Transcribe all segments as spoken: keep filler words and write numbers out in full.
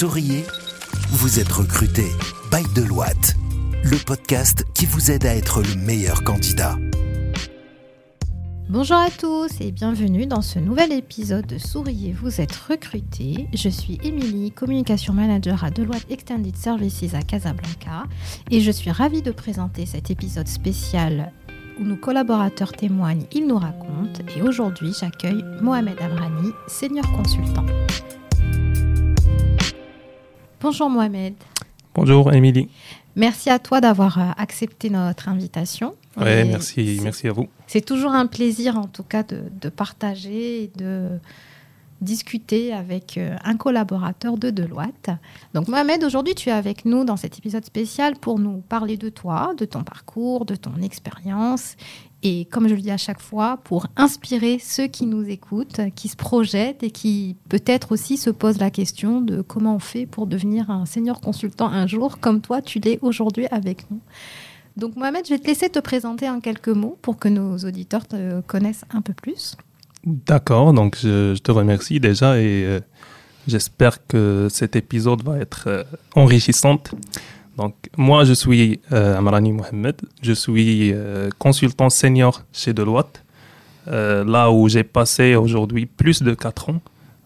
Souriez, vous êtes recruté by Deloitte, le podcast qui vous aide à être le meilleur candidat. Bonjour à tous et bienvenue dans ce nouvel épisode de Souriez, vous êtes recruté. Je suis Émilie, Communication Manager à Deloitte Extended Services à Casablanca et je suis ravie de présenter cet épisode spécial où nos collaborateurs témoignent, ils nous racontent et aujourd'hui j'accueille Mohamed Amrani, senior consultant. Bonjour Mohamed. Bonjour Émilie. Merci à toi d'avoir accepté notre invitation. Oui, merci, merci à vous. C'est toujours un plaisir en tout cas de, de partager et de discuter avec un collaborateur de Deloitte. Donc Mohamed, aujourd'hui tu es avec nous dans cet épisode spécial pour nous parler de toi, de ton parcours, de ton expérience et comme je le dis à chaque fois, pour inspirer ceux qui nous écoutent, qui se projettent et qui peut-être aussi se posent la question de comment on fait pour devenir un senior consultant un jour comme toi tu l'es aujourd'hui avec nous. Donc Mohamed, je vais te laisser te présenter en quelques mots pour que nos auditeurs te connaissent un peu plus. D'accord, donc je, je te remercie déjà et euh, j'espère que cet épisode va être euh, enrichissant. Donc moi je suis euh, Amrani Mohamed, je suis euh, consultant senior chez Deloitte, euh, là où j'ai passé aujourd'hui plus de quatre ans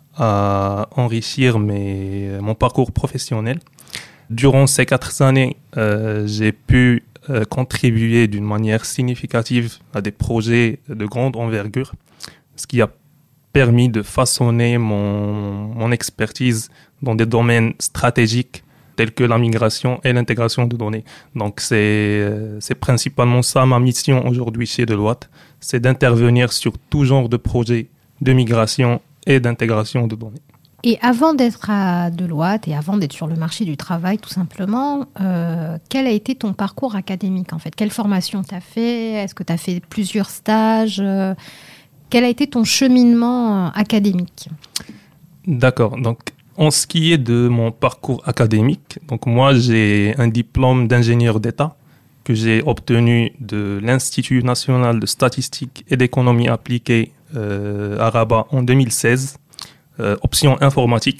à enrichir mes, mon parcours professionnel. Durant ces quatre années, euh, j'ai pu euh, contribuer d'une manière significative à des projets de grande envergure, ce qui a permis de façonner mon, mon expertise dans des domaines stratégiques tels que la migration et l'intégration de données. Donc c'est, c'est principalement ça ma mission aujourd'hui chez Deloitte, c'est d'intervenir sur tout genre de projets de migration et d'intégration de données. Et avant d'être à Deloitte et avant d'être sur le marché du travail, tout simplement, euh, quel a été ton parcours académique en fait ? Quelle formation tu as fait ? Est-ce que tu as fait plusieurs stages ? euh, Quel a été ton cheminement académique ? D'accord. Donc, en ce qui est de mon parcours académique, donc moi, j'ai un diplôme d'ingénieur d'État que j'ai obtenu de l'Institut national de statistique et d'économie appliquée euh, à Rabat en deux mille seize, euh, option informatique.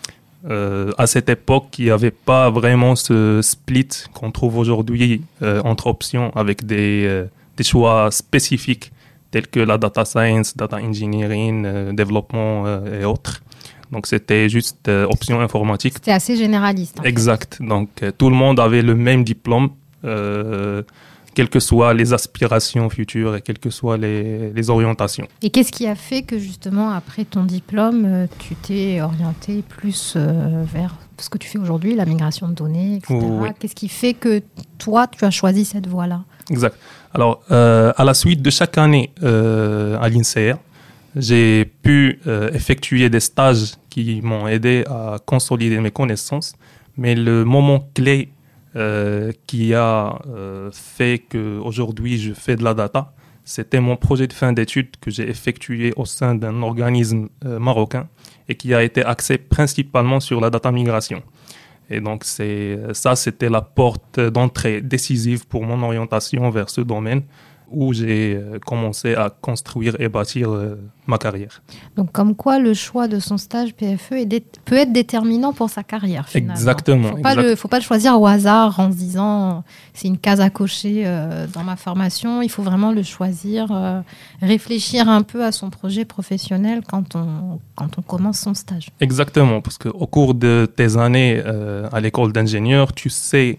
Euh, à cette époque, il n'y avait pas vraiment ce split qu'on trouve aujourd'hui euh, entre options avec des, euh, des choix spécifiques tels que la data science, data engineering, euh, développement euh, et autres. Donc, c'était juste euh, option informatique. C'était assez généraliste. Exact. Fait. Donc, euh, tout le monde avait le même diplôme, euh, quelles que soient les aspirations futures et quelles que soient les, les orientations. Et qu'est-ce qui a fait que, justement, après ton diplôme, euh, tu t'es orienté plus euh, vers ce que tu fais aujourd'hui, la migration de données, et cetera. Oui. Qu'est-ce qui fait que toi, tu as choisi cette voie-là ? Exact. Alors, euh, à la suite de chaque année euh, à l'I N S E R, j'ai pu euh, effectuer des stages qui m'ont aidé à consolider mes connaissances. Mais le moment clé euh, qui a euh, fait qu'aujourd'hui je fais de la data, c'était mon projet de fin d'études que j'ai effectué au sein d'un organisme euh, marocain et qui a été axé principalement sur la data migration. Et donc, c'est, ça, c'était la porte d'entrée décisive pour mon orientation vers ce domaine où j'ai commencé à construire et bâtir euh, ma carrière. Donc, comme quoi le choix de son stage P F E est dé- peut être déterminant pour sa carrière, finalement. Exactement. Il ne faut, exact. faut pas le choisir au hasard en se disant c'est une case à cocher euh, dans ma formation. Il faut vraiment le choisir, euh, réfléchir un peu à son projet professionnel quand on, quand on commence son stage. Exactement, parce qu'au cours de tes années euh, à l'école d'ingénieur, tu sais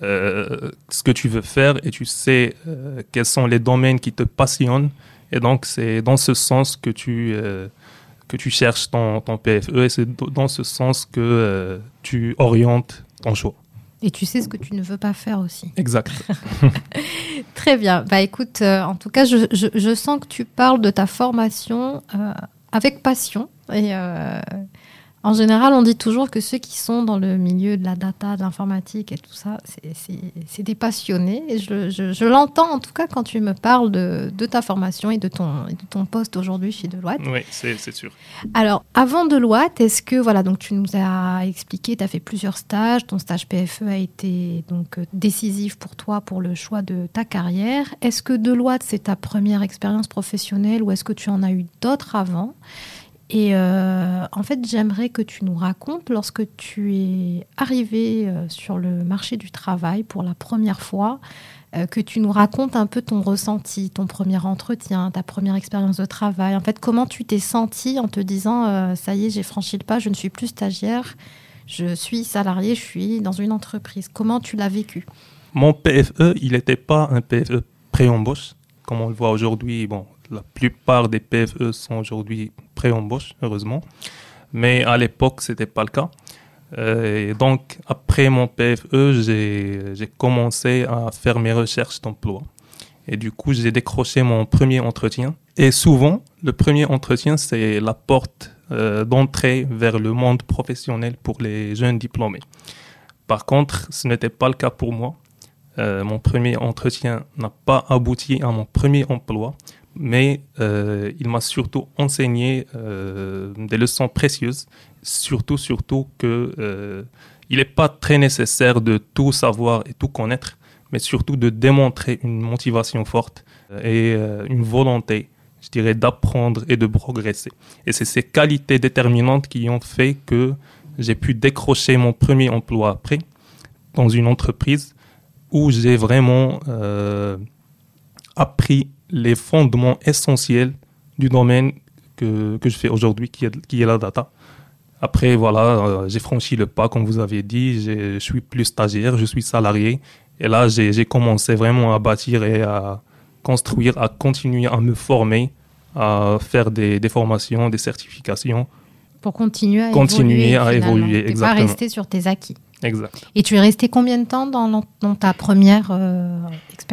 Euh, ce que tu veux faire et tu sais euh, quels sont les domaines qui te passionnent et donc c'est dans ce sens que tu, euh, que tu cherches ton, ton P F E et c'est dans ce sens que euh, tu orientes ton choix. Et tu sais ce que tu ne veux pas faire aussi. Exact. Très bien. Bah, écoute, euh, en tout cas, je, je, je sens que tu parles de ta formation euh, avec passion et euh, en général, on dit toujours que ceux qui sont dans le milieu de la data, de l'informatique et tout ça, c'est, c'est, c'est des passionnés. Et je, je, je l'entends en tout cas quand tu me parles de, de ta formation et de ton, de ton poste aujourd'hui chez Deloitte. Oui, c'est, c'est sûr. Alors, avant Deloitte, est-ce que, voilà, donc tu nous as expliqué, tu as fait plusieurs stages, ton stage P F E a été donc décisif pour toi pour le choix de ta carrière. Est-ce que Deloitte, c'est ta première expérience professionnelle ou est-ce que tu en as eu d'autres avant ? Et euh, en fait, j'aimerais que tu nous racontes, lorsque tu es arrivé euh, sur le marché du travail pour la première fois, euh, que tu nous racontes un peu ton ressenti, ton premier entretien, ta première expérience de travail. En fait, comment tu t'es senti en te disant euh, « ça y est, j'ai franchi le pas, je ne suis plus stagiaire, je suis salarié, je suis dans une entreprise ». Comment tu l'as vécu ? Mon P F E, il n'était pas un P F E pré-embauche, comme on le voit aujourd'hui. Bon, la plupart des P F E sont aujourd'hui pré-embauche, heureusement. Mais à l'époque, ce n'était pas le cas. Euh, et donc, après mon P F E, j'ai, j'ai commencé à faire mes recherches d'emploi. Et du coup, j'ai décroché mon premier entretien. Et souvent, le premier entretien, c'est la porte euh, d'entrée vers le monde professionnel pour les jeunes diplômés. Par contre, ce n'était pas le cas pour moi. Euh, mon premier entretien n'a pas abouti à mon premier emploi, mais euh, il m'a surtout enseigné euh, des leçons précieuses, surtout, surtout que euh, il n'est pas très nécessaire de tout savoir et tout connaître, mais surtout de démontrer une motivation forte et euh, une volonté, je dirais, d'apprendre et de progresser. Et c'est ces qualités déterminantes qui ont fait que j'ai pu décrocher mon premier emploi après, dans une entreprise où j'ai vraiment euh, appris les fondements essentiels du domaine que, que je fais aujourd'hui, qui est, qui est la data. Après, voilà, euh, j'ai franchi le pas, comme vous avez dit, j'ai, je suis plus stagiaire, je suis salarié. Et là, j'ai, j'ai commencé vraiment à bâtir et à construire, à continuer à me former, à faire des, des formations, des certifications. Pour continuer à continuer évoluer, à finalement. évoluer, Et exactement. pas rester sur tes acquis. Exact. Et tu es resté combien de temps dans, dans ta première euh, expérience ?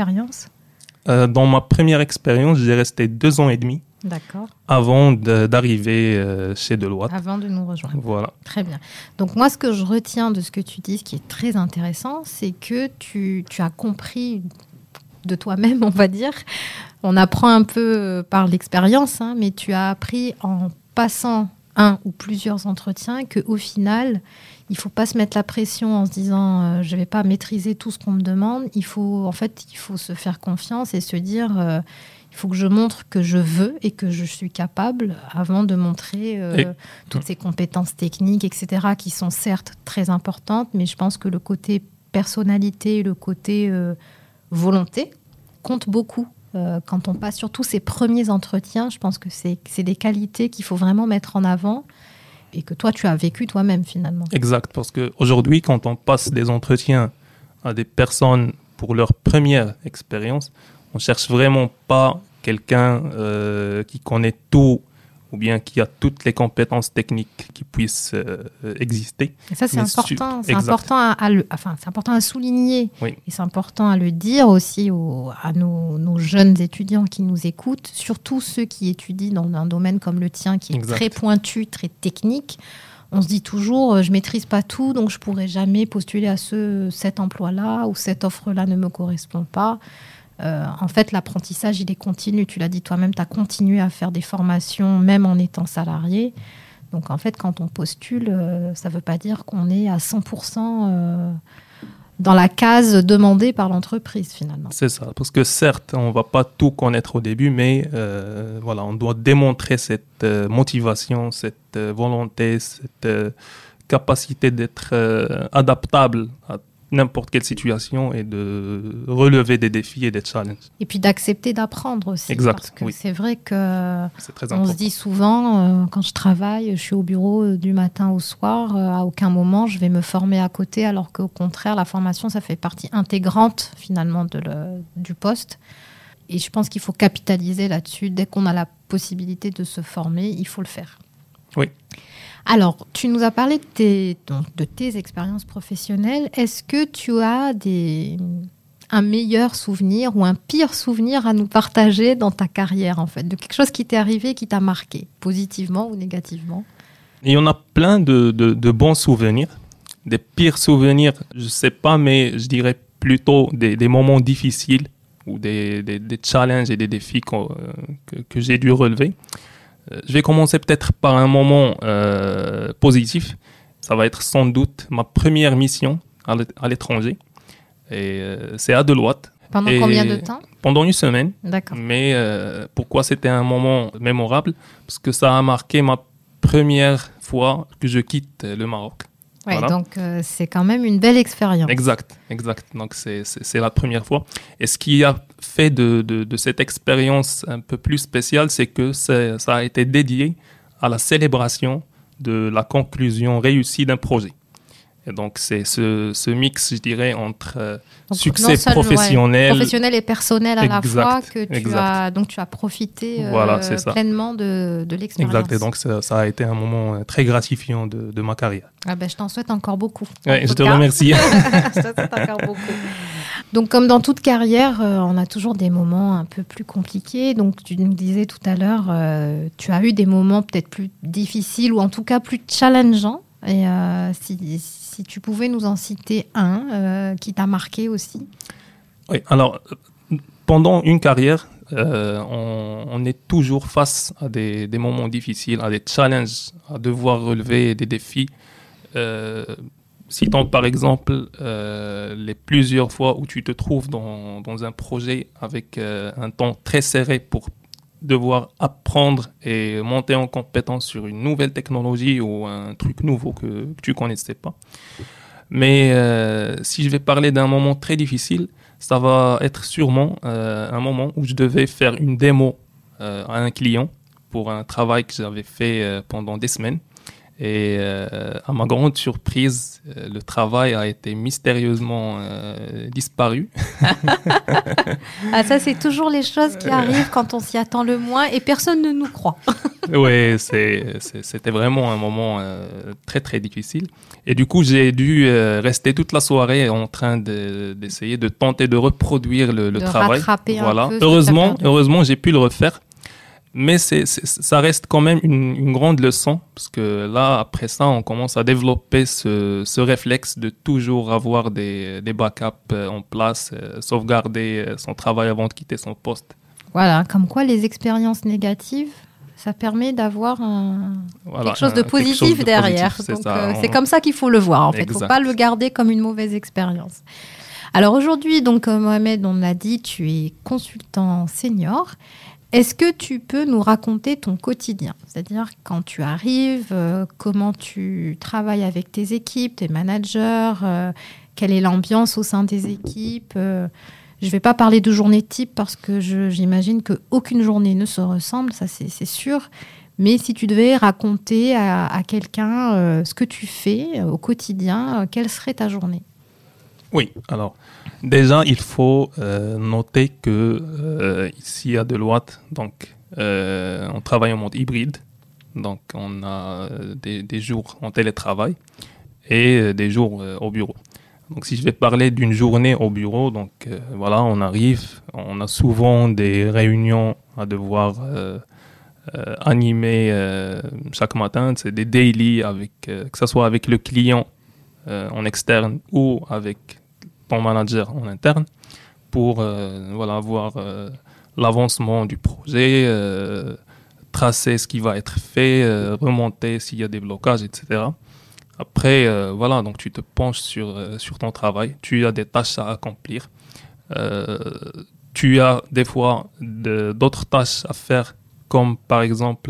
euh, Dans ma première expérience, j'ai resté deux ans et demi. D'accord. Avant de, d'arriver euh, chez Deloitte. Avant de nous rejoindre. Voilà. Très bien. Donc moi, ce que je retiens de ce que tu dis, ce qui est très intéressant, c'est que tu, tu as compris de toi-même, on va dire. On apprend un peu par l'expérience, hein, mais tu as appris en passant un ou plusieurs entretiens qu'au final, il ne faut pas se mettre la pression en se disant euh, je ne vais pas maîtriser tout ce qu'on me demande. Il faut, en fait, il faut se faire confiance et se dire euh, il faut que je montre que je veux et que je suis capable avant de montrer euh, et... toutes ces compétences techniques, et cetera, qui sont certes très importantes, mais je pense que le côté personnalité, le côté euh, volonté compte beaucoup. Euh, quand on passe surtout ces premiers entretiens, je pense que c'est, c'est des qualités qu'il faut vraiment mettre en avant et que toi, tu as vécu toi-même finalement. Exact, parce qu'aujourd'hui, quand on passe des entretiens à des personnes pour leur première expérience, on ne cherche vraiment pas quelqu'un euh, qui connaît tout ou bien qui a toutes les compétences techniques qui puissent euh, exister. Et ça, c'est Mais important. su- C'est important à, à le, enfin, c'est important à souligner. Oui. Et c'est important à le dire aussi aux, à nos, nos jeunes étudiants qui nous écoutent, surtout ceux qui étudient dans un domaine comme le tien, qui est Exact. très pointu, très technique. On se dit toujours, je ne maîtrise pas tout, donc je ne pourrai jamais postuler à ce, cet emploi-là ou cette offre-là ne me correspond pas. Euh, en fait, l'apprentissage, il est continu. Tu l'as dit toi-même, tu as continué à faire des formations, même en étant salarié. Donc, en fait, quand on postule, euh, ça ne veut pas dire qu'on est à cent pour cent euh, dans la case demandée par l'entreprise, finalement. C'est ça, parce que certes, on ne va pas tout connaître au début, mais euh, voilà, on doit démontrer cette euh, motivation, cette euh, volonté, cette euh, capacité d'être euh, adaptable à n'importe quelle situation et de relever des défis et des challenges. Et puis d'accepter d'apprendre aussi. Exact, Parce que oui. c'est vrai que C'est très on important. se dit souvent, euh, quand je travaille, je suis au bureau euh, du matin au soir, euh, à aucun moment je vais me former à côté, alors qu'au contraire, la formation, ça fait partie intégrante finalement de le, du poste. Et je pense qu'il faut capitaliser là-dessus. Dès qu'on a la possibilité de se former, il faut le faire. Oui. Alors, tu nous as parlé de tes, donc, de tes expériences professionnelles. Est-ce que tu as des, un meilleur souvenir ou un pire souvenir à nous partager dans ta carrière, en fait, de quelque chose qui t'est arrivé, qui t'a marqué, positivement ou négativement ? Il y en a plein de, de, de bons souvenirs. Des pires souvenirs, je ne sais pas, mais je dirais plutôt des, des moments difficiles ou des, des, des challenges et des défis qu'on, euh, que, que j'ai dû relever. Je vais commencer peut-être par un moment euh, positif. Ça va être sans doute ma première mission à l'étranger. Et euh, c'est à Deloitte. Pendant Et combien de temps ? Pendant une semaine. D'accord. Mais euh, pourquoi c'était un moment mémorable ? Parce que ça a marqué ma première fois que je quitte le Maroc. Ouais, voilà. Donc, euh, c'est quand même une belle expérience. Exact, exact. Donc, c'est, c'est, c'est la première fois. Et ce qui a fait de, de, de cette expérience un peu plus spéciale, c'est que c'est, ça a été dédié à la célébration de la conclusion réussie d'un projet. Et donc, c'est ce, ce mix, je dirais, entre euh, donc, succès seul, professionnel, ouais, professionnel et personnel à exact, la fois, que tu exact. as, donc tu as profité euh, voilà, c'est ça. pleinement de, de l'expérience. Exact. Et donc, ça, ça a été un moment très gratifiant de, de ma carrière. Ah ben, je t'en souhaite encore beaucoup. Ouais, je te cas. remercie. Je te souhaite encore beaucoup. Donc, comme dans toute carrière, euh, on a toujours des moments un peu plus compliqués. Donc, tu nous disais tout à l'heure, euh, tu as eu des moments peut-être plus difficiles ou en tout cas plus challengeants. Et euh, si, si tu pouvais nous en citer un euh, qui t'a marqué aussi. Oui, alors, pendant une carrière, euh, on, on est toujours face à des, des moments difficiles, à des challenges, à devoir relever des défis. Euh, citons par exemple euh, les plusieurs fois où tu te trouves dans, dans un projet avec euh, un temps très serré pour devoir apprendre et monter en compétence sur une nouvelle technologie ou un truc nouveau que, que tu ne connaissais pas. Mais euh, si je vais parler d'un moment très difficile, ça va être sûrement euh, un moment où je devais faire une démo euh, à un client pour un travail que j'avais fait euh, pendant des semaines. Et euh, à ma grande surprise, euh, le travail a été mystérieusement euh, disparu. Ah, ça, c'est toujours les choses qui arrivent quand on s'y attend le moins et personne ne nous croit. Oui, c'est, c'est, c'était vraiment un moment euh, très, très difficile. Et du coup, j'ai dû euh, rester toute la soirée en train de, d'essayer de tenter de reproduire le, le de travail. rattraper Voilà. un peu. Heureusement, heureusement, j'ai pu le refaire. Mais c'est, c'est, ça reste quand même une, une grande leçon, parce que là, après ça, on commence à développer ce, ce réflexe de toujours avoir des, des backups en place, euh, sauvegarder son travail avant de quitter son poste. Voilà, comme quoi les expériences négatives, ça permet d'avoir un, voilà, quelque chose de un, positif quelque chose de derrière. Positif, c'est Donc, ça, euh, on... c'est comme ça qu'il faut le voir, en fait. Il ne faut pas le garder comme une mauvaise expérience. Alors aujourd'hui, donc, Mohamed, on l'a dit, tu es consultant senior. Est-ce que tu peux nous raconter ton quotidien ? C'est-à-dire quand tu arrives, euh, comment tu travailles avec tes équipes, tes managers, euh, quelle est l'ambiance au sein des équipes euh, Je ne vais pas parler de journée type parce que je, j'imagine qu'aucune journée ne se ressemble, ça c'est, c'est sûr. Mais si tu devais raconter à, à quelqu'un euh, ce que tu fais euh, au quotidien, euh, quelle serait ta journée ? Oui, alors déjà il faut euh, noter que euh, ici à Deloitte, donc euh, on travaille en mode hybride, donc on a des, des jours en télétravail et des jours euh, au bureau. Donc si je vais parler d'une journée au bureau, donc euh, voilà, on arrive, on a souvent des réunions à devoir euh, euh, animer euh, chaque matin, c'est des daily avec euh, que ce soit avec le client Euh, en externe ou avec ton manager en interne pour euh, voilà, voir euh, l'avancement du projet, euh, tracer ce qui va être fait, euh, remonter s'il y a des blocages, et cetera. Après, euh, voilà, donc tu te penches sur, euh, sur ton travail, tu as des tâches à accomplir, euh, tu as des fois de, d'autres tâches à faire, comme par exemple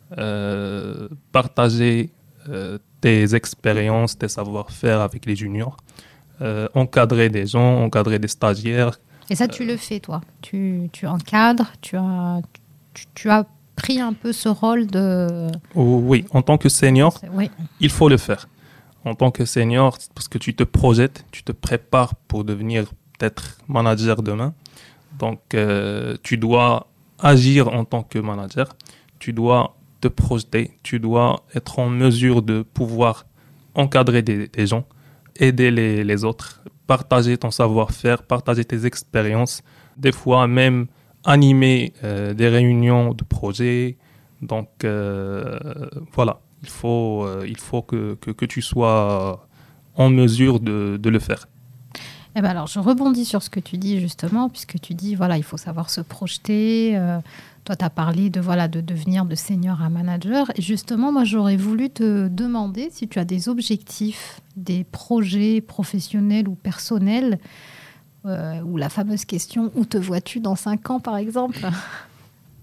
euh, partager euh, tes expériences, tes savoir-faire avec les juniors, euh, encadrer des gens, encadrer des stagiaires. Et ça, tu euh, le fais, toi. Tu, tu encadres, tu as, tu, tu as pris un peu ce rôle de... Oh, oui, en tant que senior, oui. Il faut le faire. En tant que senior, parce que tu te projettes, tu te prépares pour devenir peut-être manager demain. Donc, euh, tu dois agir en tant que manager. Tu dois te projeter, tu dois être en mesure de pouvoir encadrer des, des gens, aider les, les autres, partager ton savoir-faire, partager tes expériences, des fois même animer euh, des réunions de projets. Donc euh, voilà, il faut, euh, il faut que, que, que tu sois en mesure de, de le faire. Eh ben alors, je rebondis sur ce que tu dis justement, puisque tu dis, voilà, il faut savoir se projeter. Euh, toi, tu as parlé de, voilà, de devenir de senior à manager. Et justement, moi, j'aurais voulu te demander si tu as des objectifs, des projets professionnels ou personnels, euh, ou la fameuse question, où te vois-tu dans cinq ans, par exemple ?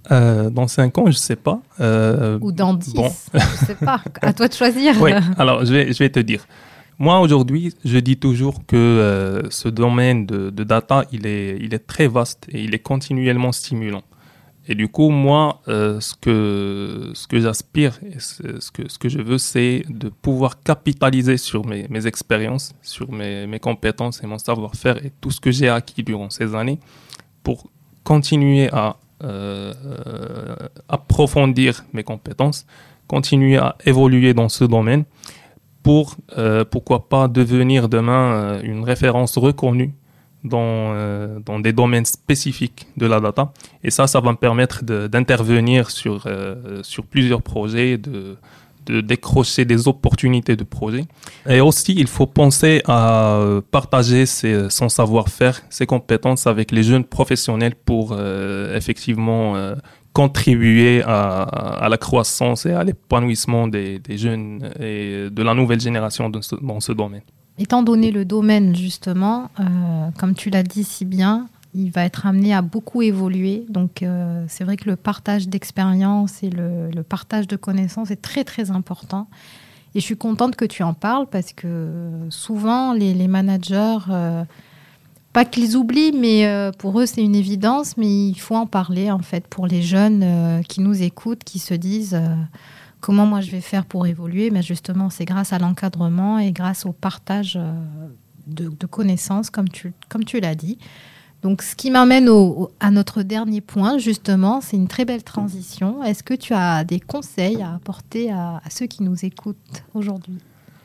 Euh, dans cinq ans, je ne sais pas. Euh, Ou dans dix, bon. je ne sais pas. À toi de choisir. Oui, alors je vais, je vais te dire. Moi, aujourd'hui, je dis toujours que euh, ce domaine de, de data, il est, il est très vaste et il est continuellement stimulant. Et du coup, moi, euh, ce que, ce que j'aspire et ce, ce, que, ce que je veux, c'est de pouvoir capitaliser sur mes, mes expériences, sur mes, mes compétences et mon savoir-faire et tout ce que j'ai acquis durant ces années pour continuer à euh, euh, approfondir mes compétences, continuer à évoluer dans ce domaine pour, euh, pourquoi pas, devenir demain euh, une référence reconnue dans, euh, dans des domaines spécifiques de la data. Et ça, ça va me permettre de, d'intervenir sur, euh, sur plusieurs projets, de, de décrocher des opportunités de projets. Et aussi, il faut penser à partager ses, son savoir-faire, ses compétences avec les jeunes professionnels pour euh, effectivement euh, contribuer à, à la croissance et à l'épanouissement des, des jeunes et de la nouvelle génération dans ce, dans ce domaine. Étant donné le domaine, justement, euh, comme tu l'as dit si bien, il va être amené à beaucoup évoluer. Donc, euh, c'est vrai que le partage d'expérience et le, le partage de connaissances est très, très important. Et je suis contente que tu en parles parce que souvent, les, les managers, euh, pas qu'ils oublient, mais euh, pour eux, c'est une évidence, mais il faut en parler, en fait, pour les jeunes euh, qui nous écoutent, qui se disent... Euh, Comment moi je vais faire pour évoluer? Mais justement, c'est grâce à l'encadrement et grâce au partage de, de connaissances, comme tu, comme tu l'as dit. Donc, ce qui m'amène au, au, à notre dernier point, justement, c'est une très belle transition. Est-ce que tu as des conseils à apporter à, à ceux qui nous écoutent aujourd'hui?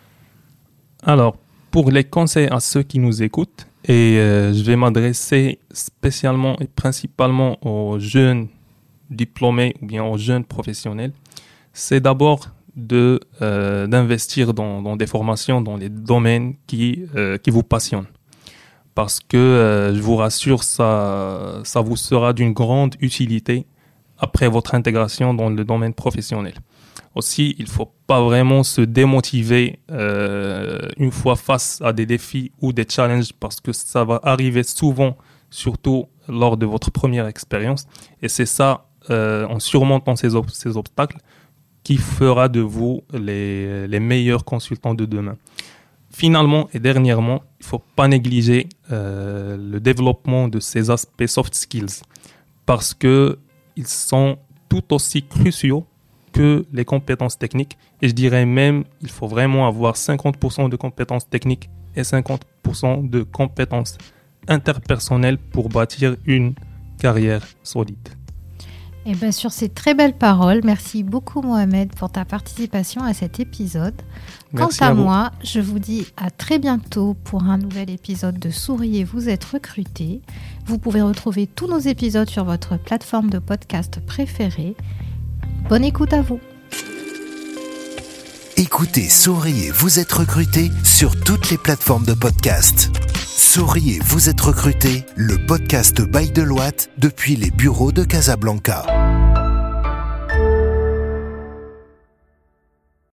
Alors, pour les conseils à ceux qui nous écoutent, et euh, je vais m'adresser spécialement et principalement aux jeunes diplômés ou bien aux jeunes professionnels, c'est d'abord de, euh, d'investir dans, dans des formations dans les domaines qui, euh, qui vous passionnent. Parce que, euh, je vous rassure, ça, ça vous sera d'une grande utilité après votre intégration dans le domaine professionnel. Aussi, il ne faut pas vraiment se démotiver euh, une fois face à des défis ou des challenges parce que ça va arriver souvent, surtout lors de votre première expérience. Et c'est ça, euh, en surmontant ces, ob- ces obstacles, qui fera de vous les, les meilleurs consultants de demain. Finalement et dernièrement, il ne faut pas négliger euh, le développement de ces aspects soft skills parce qu'ils sont tout aussi cruciaux que les compétences techniques. Et je dirais même qu'il faut vraiment avoir cinquante pour cent de compétences techniques et cinquante pour cent de compétences interpersonnelles pour bâtir une carrière solide. Et bien, sur ces très belles paroles, merci beaucoup Mohamed pour ta participation à cet épisode. Merci Quant à, à vous. moi, je vous dis à très bientôt pour un nouvel épisode de Souriez, vous êtes recruté. Vous pouvez retrouver tous nos épisodes sur votre plateforme de podcast préférée. Bonne écoute à vous. Écoutez Souriez, vous êtes recruté sur toutes les plateformes de podcast. Souriez, vous êtes recruté, le podcast by Deloitte depuis les bureaux de Casablanca.